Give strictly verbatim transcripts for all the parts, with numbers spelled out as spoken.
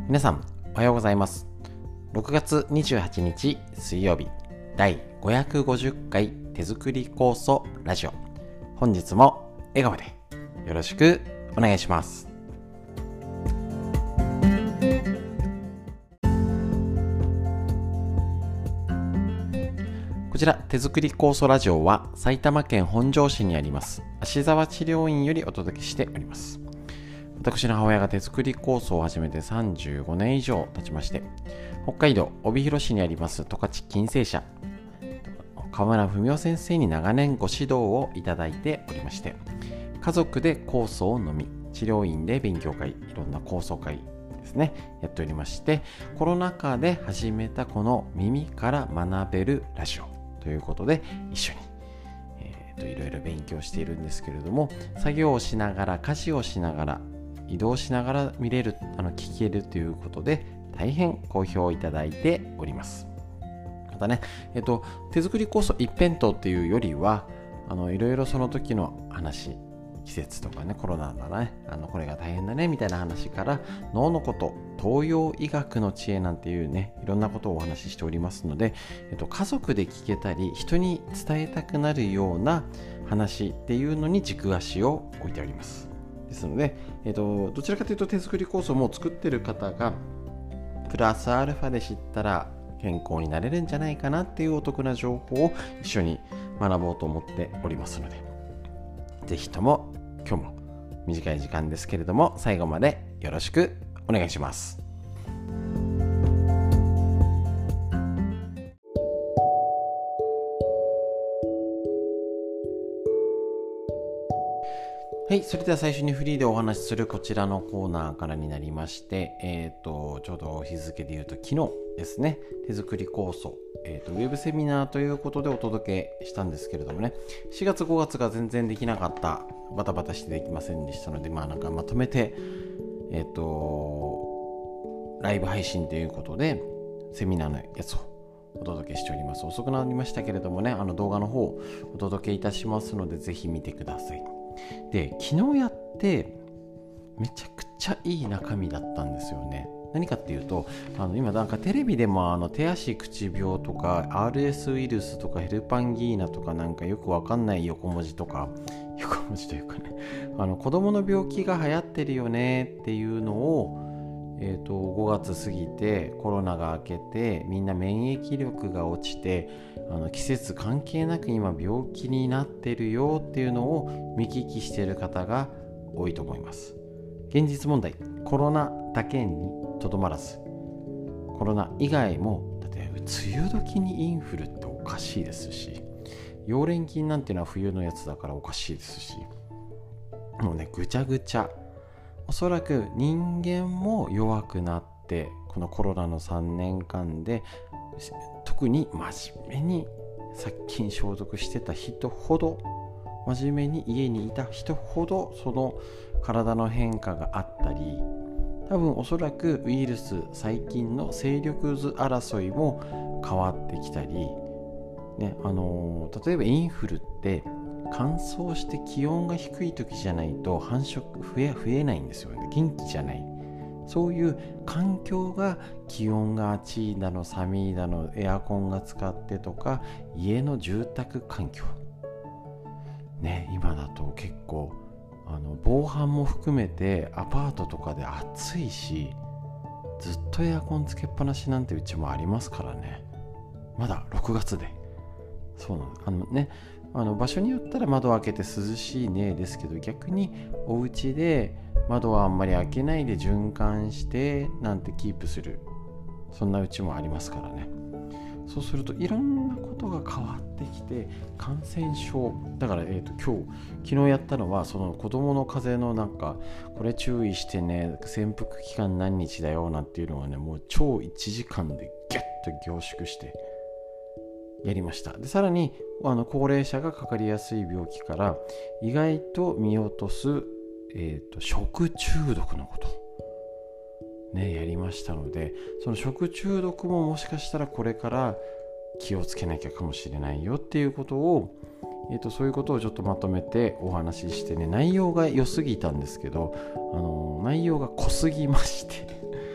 皆さんおはようございます。ろくがつにじゅうはちにち水曜日、だいごひゃくごじゅっかい手作り酵素ラジオ。本日も笑顔でよろしくお願いします。こちら手作り酵素ラジオは埼玉県本庄市にあります芦沢治療院よりお届けしております。私の母親が手作り酵素を始めてさんじゅうごねん以上経ちまして、北海道帯広市にあります十勝金星社川村文夫先生に長年ご指導をいただいておりまして、家族で酵素を飲み、治療院で勉強会、いろんな酵素会ですねやっておりまして、コロナ禍で始めたこの耳から学べるラジオということで一緒にえーといろいろ勉強しているんですけれども、作業をしながら、家事をしながら、移動しながら見れる、あの聞けるということで大変好評いただいております。またね、えっと手作り酵素一辺倒っていうよりは、あのいろいろその時の話、季節とかね、コロナだね、あのこれが大変だねみたいな話から、脳のこと、東洋医学の知恵なんていうね、いろんなことをお話ししておりますので、えっと、家族で聞けたり人に伝えたくなるような話っていうのに軸足を置いております。ですので、えっと、どちらかというと手作り酵素も作ってる方がプラスアルファで知ったら健康になれるんじゃないかなっていうお得な情報を一緒に学ぼうと思っておりますので、ぜひとも今日も短い時間ですけれども最後までよろしくお願いします。はい、それでは最初にフリーでお話しするこちらのコーナーからになりまして、えっと、ちょうど日付で言うと昨日ですね、手作り酵素、えっと、ウェブセミナーということでお届けしたんですけれどもね、しがつごがつが全然できなかった、バタバタしてできませんでしたので、まあなんかまとめて、えっと、ライブ配信ということで、セミナーのやつをお届けしております。遅くなりましたけれどもね、あの動画の方をお届けいたしますので、ぜひ見てください。で、昨日やってめちゃくちゃいい中身だったんですよね。何かっていうと、あの今なんかテレビでもあの手足口病とか アールエス ウイルスとかヘルパンギーナとかなんかよくわかんない横文字とか横文字というかね、あの子供の病気が流行ってるよねっていうのをえーと、ごがつ過ぎてコロナが明けてみんな免疫力が落ちて、あの季節関係なく今病気になってるよっていうのを見聞きしている方が多いと思います。現実問題、コロナだけにとどまらず、コロナ以外も、だって梅雨時にインフルっておかしいですし、溶連菌なんていうのは冬のやつだからおかしいですし、もうねぐちゃぐちゃ。おそらく人間も弱くなって、このコロナのさんねんかんで特に真面目に殺菌消毒してた人ほど、真面目に家にいた人ほどその体の変化があったり、多分おそらくウイルス細菌の勢力図争いも変わってきたり、ね、あのー、例えばインフルって乾燥して気温が低い時じゃないと繁殖増え、増えないんですよね。元気じゃない。そういう環境が、気温が暑いだの寒いだの、エアコンが使ってとか、家の住宅環境ね、今だと結構あの防犯も含めてアパートとかで暑いし、ずっとエアコンつけっぱなしなんてうちもありますからね。まだろくがつで。そうなんです。あのね、あの場所によったら窓を開けて涼しいねですけど、逆にお家で窓はあんまり開けないで循環してなんてキープする、そんなうちもありますからね。そうするといろんなことが変わってきて、感染症だから、えーと今日昨日やったのは、その子供の風邪のなんか、これ注意してね、潜伏期間何日だよなんていうのはね、もう超いちじかんでギュッと凝縮してやりました。でさらにあの高齢者がかかりやすい病気から意外と見落とす、えーと、食中毒のことね、やりましたので、その食中毒ももしかしたらこれから気をつけなきゃかもしれないよっていうことを、えーと、そういうことをちょっとまとめてお話ししてね、内容が良すぎたんですけど、あの内容が濃すぎまして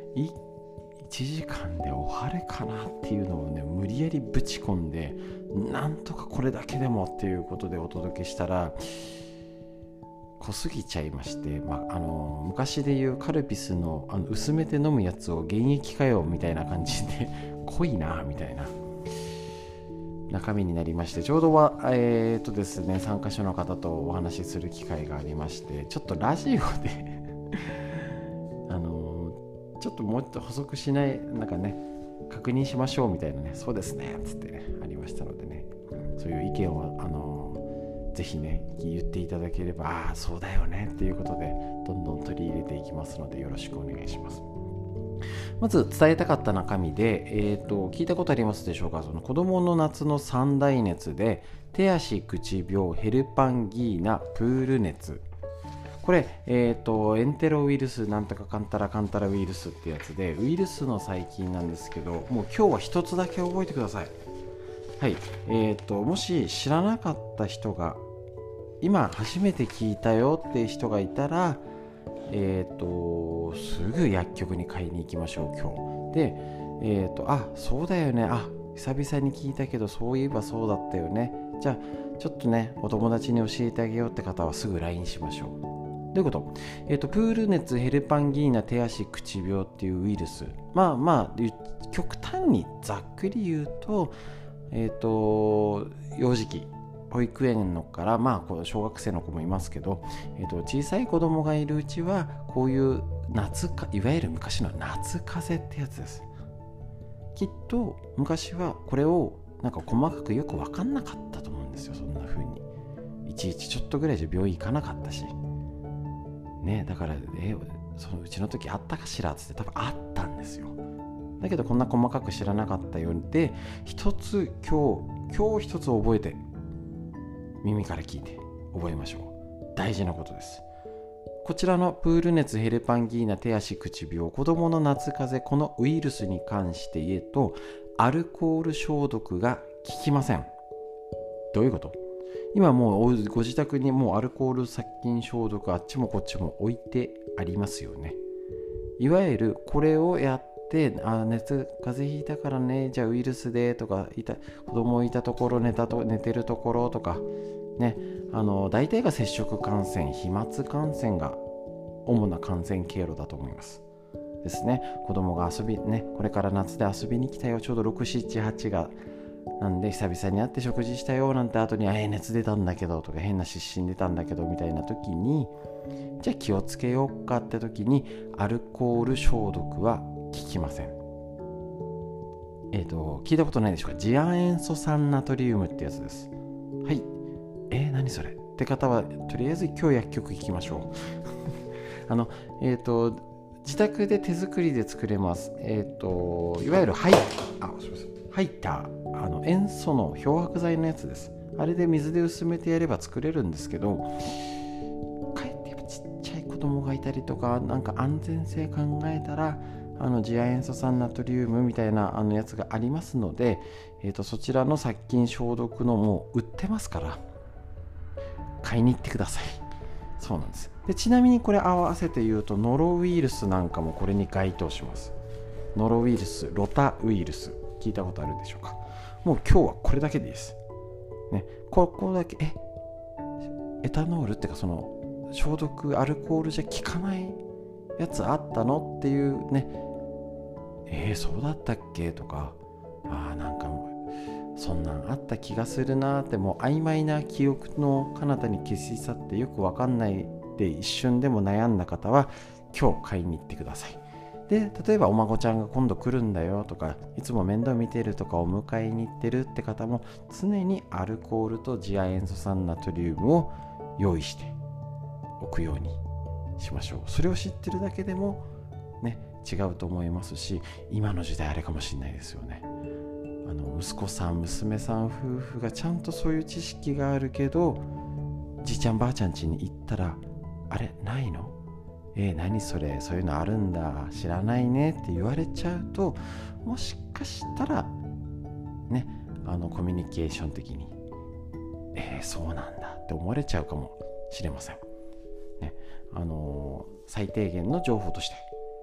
いいちじかんで終わるかなっていうのをね無理やりぶち込んで、なんとかこれだけでもっていうことでお届けしたら濃すぎちゃいまして、まあ、あの昔でいうカルピス の, あの薄めて飲むやつを原液かよみたいな感じで濃いなみたいな中身になりまして、ちょうどはえっとですね参加者の方とお話しする機会がありまして、ちょっとラジオであのちょっともうちょっと補足しないなんかね確認しましょうみたいなね、そうですねっつってねありましたのでね、そういう意見をあのぜひね言っていただければ、ああそうだよねっていうことでどんどん取り入れていきますのでよろしくお願いします。まず伝えたかった中身で、えーと、聞いたことありますでしょうか。その子どもの夏の三大熱で手足口病、ヘルパンギーナ、プール熱、これ、えーと、エンテロウイルスなんとかかんたらかんたらウイルスってやつで、ウイルスの細菌なんですけど、もう今日は一つだけ覚えてください。はい、えーと、もし知らなかった人が今初めて聞いたよっていう人がいたら、えーとすぐ薬局に買いに行きましょう今日で。えーとあそうだよね、あ久々に聞いたけどそういえばそうだったよね、じゃあちょっとねお友達に教えてあげようって方はすぐ ライン しましょう。どういうこと？えーとプール熱、ヘルパンギーナ、手足口病っていうウイルス、まあまあ極端にざっくり言うと、えーと幼児期保育園のから、まあ、小学生の子もいますけど、えーと、小さい子供がいるうちはこういう夏か、いわゆる昔の夏風邪ってやつです。きっと昔はこれをなんか細かくよく分かんなかったと思うんですよ。そんな風にいちいちちょっとぐらいじゃ病院行かなかったしね。だからえそのうちの時あったかしらっつって多分あったんですよ。だけどこんな細かく知らなかったようで、一つ今日今日一つ覚えて耳から聞いて覚えましょう。大事なことです。こちらのプール熱、ヘルパンギーナ、手足口病、子どもの夏風邪、このウイルスに関して言うとアルコール消毒が効きません。どういうこと？今もうご自宅にもうアルコール殺菌消毒あっちもこっちも置いてありますよね。いわゆるこれをやってあ熱風邪ひいたからね、じゃあウイルスでとか、いた子供いたところ寝たと寝てるところとかね、あの大体が接触感染、飛沫感染が主な感染経路だと思いますですね。子供が遊びね、これから夏で遊びに来たよ、ちょうどろく、しち、はちがなんで久々に会って食事したよなんて後にあえ熱出たんだけどとか変な湿疹出たんだけどみたいな時に、じゃあ気をつけようかって時にアルコール消毒は効きません。えっと聞いたことないでしょうか。次亜塩素酸ナトリウムってやつです。はい、えー、何それって方はとりあえず今日薬局行きましょうあのえっ、ー、と自宅で手作りで作れます。えっ、ー、といわゆるハイあすみませんハイター、あの塩素の漂白剤のやつです。あれで水で薄めてやれば作れるんですけど、かえってちっちゃい子供がいたりとか、なんか安全性考えたらあの次亜塩素酸ナトリウムみたいなあのやつがありますので、えーとそちらの殺菌消毒のもう売ってますから買いに行ってください。そうなんです。でちなみにこれ合わせて言うとノロウイルスなんかもこれに該当します。ノロウイルス、ロタウイルス聞いたことあるでしょうか。もう今日はこれだけでいいです、ね、ここだけえエタノールってかその消毒アルコールじゃ効かないやつあったのっていうね、えー、そうだったっけとか、あーなんかそんなんあった気がするなーって、もう曖昧な記憶の彼方に消し去ってよくわかんないで一瞬でも悩んだ方は今日買いに行ってください。で例えばお孫ちゃんが今度来るんだよとか、いつも面倒見てるとかお迎えに行ってるって方も常にアルコールと次亜塩素酸ナトリウムを用意しておくようにしましょう。それを知ってるだけでもね違うと思いますし、今の時代あれかもしれないですよね。あの息子さん娘さん夫婦がちゃんとそういう知識があるけど、じいちゃんばあちゃん家に行ったらあれないの、えー、何それ、そういうのあるんだ知らないねって言われちゃうと、もしかしたらねあのコミュニケーション的にえー、そうなんだって思われちゃうかもしれません、ね、あのー、最低限の情報として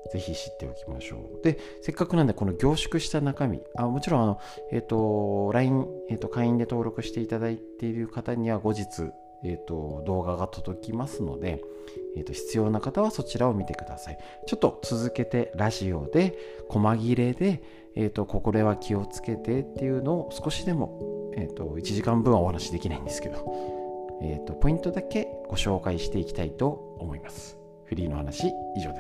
ぜひ知っておきましょう。で、せっかくなんでこの凝縮した中身、あもちろんあの、えっと ライン、えっと会員で登録していただいている方には後日、えっと動画が届きますので、えっと必要な方はそちらを見てください。ちょっと続けてラジオで細切れで、えっとこれは気をつけてっていうのを少しでも、えっといちじかんぶんはお話できないんですけど、えっとポイントだけご紹介していきたいと思います。フリーの話以上です。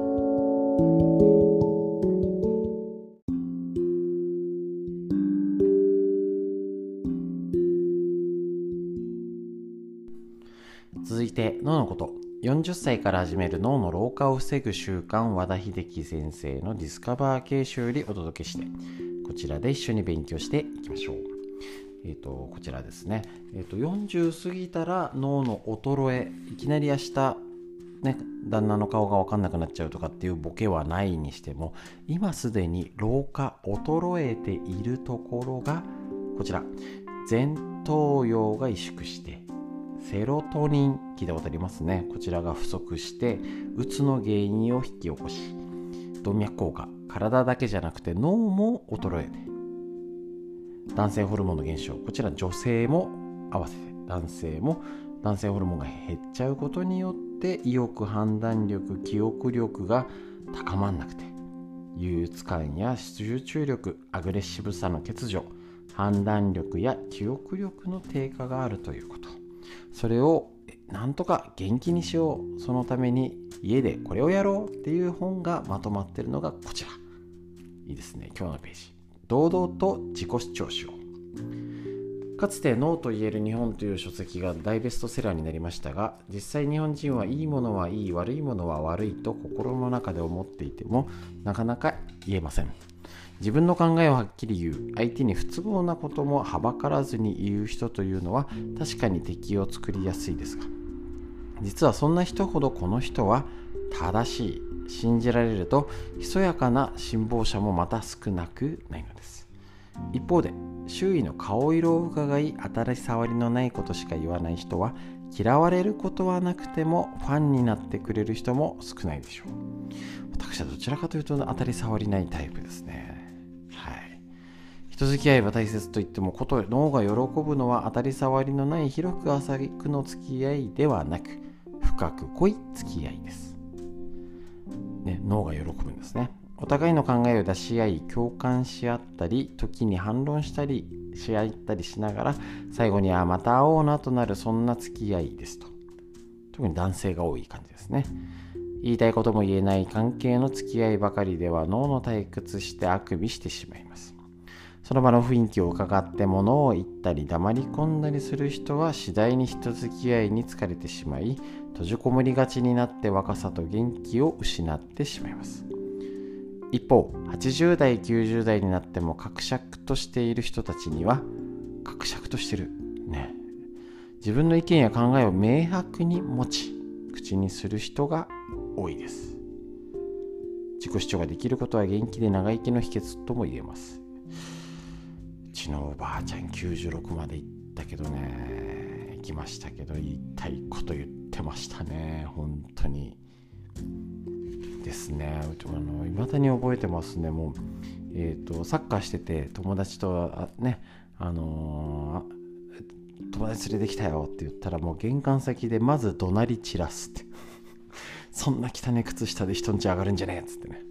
続いて脳のこと、よんじゅっさいから始める脳の老化を防ぐ習慣、和田秀樹先生のディスカバー形式よりお届けして、こちらで一緒に勉強していきましょう。えーとこちらですね、えーとよんじゅう過ぎたら脳の衰え、いきなり明日ね、旦那の顔が分かんなくなっちゃうとかっていうボケはないにしても、今すでに老化衰えているところがこちら、前頭葉が萎縮してセロトニン、聞いたことありますね。こちらが不足してうつの原因を引き起こし、動脈硬化、体だけじゃなくて脳も衰えて、男性ホルモンの減少、こちら女性も合わせて男性も男性ホルモンが減っちゃうことによって意欲、判断力、記憶力が高まんなくて、憂鬱感や集中力、アグレッシブさの欠如、判断力や記憶力の低下があるということ。それをなんとか元気にしよう、そのために家でこれをやろうっていう本がまとまっているのがこちら。いいですね。今日のページ、堂々と自己主張しよう。かつてノーと言える日本という書籍が大ベストセラーになりましたが、実際日本人はいいものはいい、悪いものは悪いと心の中で思っていてもなかなか言えません。自分の考えをはっきり言う、相手に不都合なこともはばからずに言う人というのは確かに敵を作りやすいですが、実はそんな人ほどこの人は正しい、信じられるとひそやかな信望者もまた少なくないのです。一方で周囲の顔色を伺い当たり障りのないことしか言わない人は、嫌われることはなくてもファンになってくれる人も少ないでしょう。私はどちらかというと当たり障りないタイプですね。はい。人付き合いは大切と言っても、こと脳が喜ぶのは当たり障りのない広く浅くの付き合いではなく、深く濃い付き合いです、ね、脳が喜ぶんですね。お互いの考えを出し合い、共感し合ったり、時に反論したりし合ったりしながら、最後にはまた会おうなとなる、そんな付き合いですと。特に男性が多い感じですね。言いたいことも言えない関係の付き合いばかりでは脳の退屈してあくびしてしまいます。その場の雰囲気を伺って物を言ったり黙り込んだりする人は次第に人付き合いに疲れてしまい、閉じこもりがちになって若さと元気を失ってしまいます。一方、はちじゅう代きゅうじゅう代になってもかくしゃくとしている人たちには、かくしゃくとしてるね、自分の意見や考えを明白に持ち口にする人が多いです。自己主張ができることは元気で長生きの秘訣とも言えます。うちのおばあちゃんきゅうじゅうろくまで行ったけどね、行きましたけど、言いたいこと言ってましたね。本当にですね。いまだに覚えてますね。もう、えーと、サッカーしてて友達とね、あのー、友達連れてきたよって言ったら、もう玄関先でまず怒鳴り散らすってそんな汚い靴下で人んち上がるんじゃねえっつってね。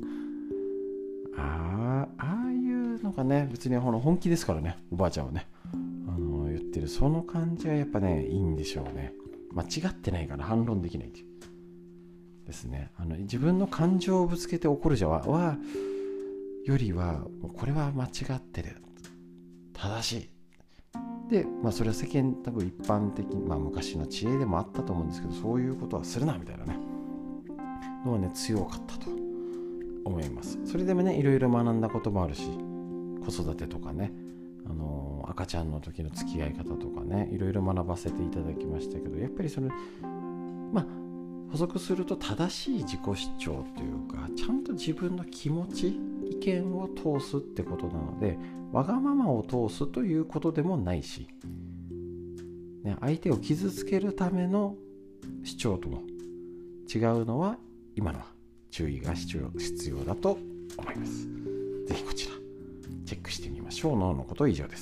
ああ、ああいうのがね、別に本気ですからね、おばあちゃんはね、あのー、言ってるその感じがやっぱね、いいんでしょうね。間違ってないから反論できないっていうですね。あの自分の感情をぶつけて怒るじゃはよりは、これは間違ってる、正しいで、まあ、それは世間多分一般的に、まあ、昔の知恵でもあったと思うんですけど、そういうことはするなみたいなねのはね、強かったと思います。それでもね、いろいろ学んだこともあるし、子育てとかね、あのー、赤ちゃんの時の付き合い方とかね、いろいろ学ばせていただきましたけど、やっぱりそれまあ補足すると、正しい自己主張というか、ちゃんと自分の気持ち、意見を通すってことなので、わがままを通すということでもないし、ね、相手を傷つけるための主張とも違うのは、今のは注意が必要、必要だと思います。ぜひこちらチェックしてみましょう。脳のこと以上です。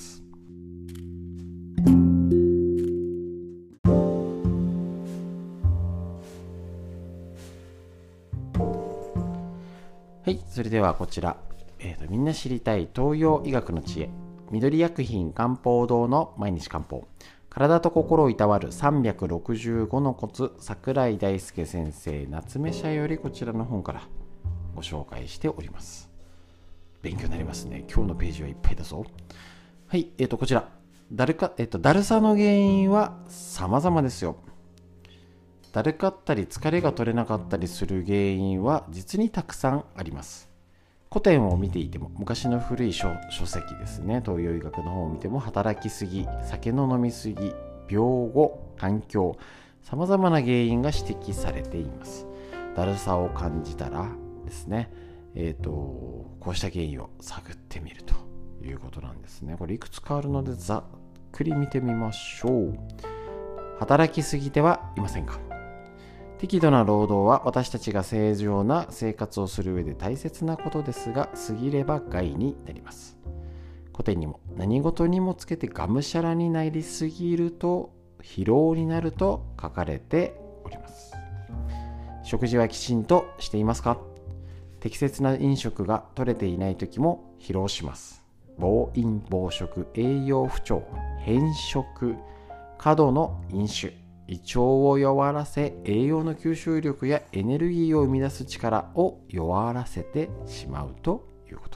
はい、それではこちら、えーと、みんな知りたい東洋医学の知恵、緑薬品漢方堂の毎日漢方、体と心をいたわるさんびゃくろくじゅうごのコツ、櫻井大輔先生夏目社よりこちらの本からご紹介しております。勉強になりますね。今日のページはいっぱいだぞ。はい、えーとこちらだるか、えーとだるさの原因は様々ですよ。だるかったり疲れが取れなかったりする原因は実にたくさんあります。古典を見ていても、昔の古い 書, 書籍ですね、東洋医学の本を見ても、働きすぎ、酒の飲みすぎ、病後、環境、さまざまな原因が指摘されています。だるさを感じたらですね、えーとこうした原因を探ってみるということなんですね。これいくつかあるのでざっくり見てみましょう。働きすぎてはいませんか？適度な労働は私たちが正常な生活をする上で大切なことですが、過ぎれば害になります。古典にも何事にもつけてがむしゃらになりすぎると疲労になると書かれております。食事はきちんとしていますか？適切な飲食が取れていない時も疲労します。暴飲暴食、栄養不調、偏食、過度の飲酒、胃腸を弱らせ、栄養の吸収力やエネルギーを生み出す力を弱らせてしまうということ。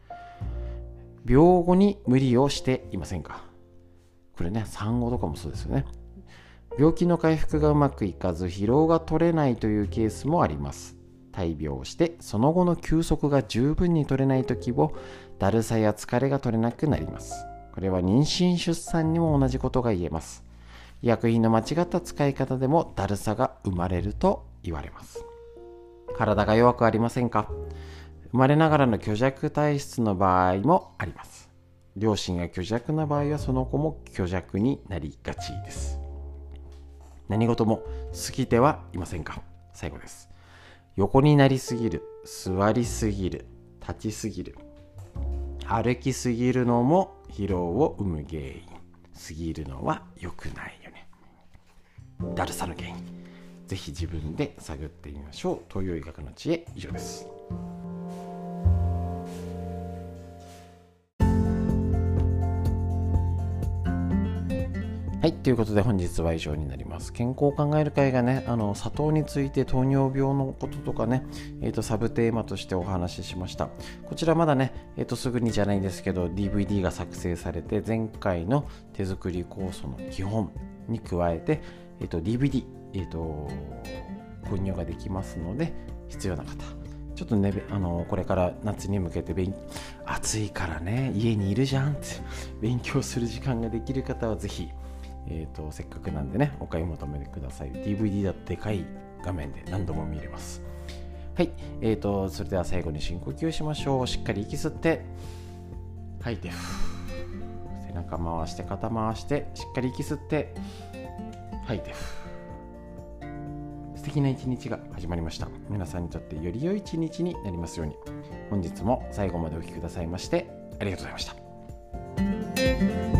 病後に無理をしていませんか？これね、産後とかもそうですよね。病気の回復がうまくいかず疲労が取れないというケースもあります。大病をしてその後の休息が十分に取れないときもだるさや疲れが取れなくなります。これは妊娠出産にも同じことが言えます。医薬品の間違った使い方でもだるさが生まれると言われます。体が弱くありませんか？生まれながらの虚弱体質の場合もあります。両親が虚弱な場合はその子も虚弱になりがちです。何事も過ぎてはいませんか？最後です。横になりすぎる、座りすぎる、立ちすぎる、歩きすぎるのも疲労を生む原因。過ぎるのは良くないよね。だるさの原因、ぜひ自分で探ってみましょう。東洋医学の知恵、以上です。はい、ということで本日は以上になります。健康を考える会がね、あの砂糖について糖尿病のこととかね、えー、とサブテーマとしてお話ししました。こちらまだね、えー、とすぐにじゃないんですけど ディーブイディー が作成されて、前回の手作り酵素の基本に加えて、えー、と ディーブイディー、えー、と購入ができますので、必要な方ちょっとね、あのこれから夏に向けて勉暑いからね、家にいるじゃんって勉強する時間ができる方はぜひえー、とせっかくなんでね、お買い求めください。 ディーブイディー だとでかい画面で何度も見れます。はい、えー、とそれでは最後に深呼吸しましょう。しっかり息吸って吐いて、背中回して肩回してしっかり息吸って吐いて、素敵な一日が始まりました。皆さんにとってより良い一日になりますように。本日も最後までお聞きくださいましてありがとうございました。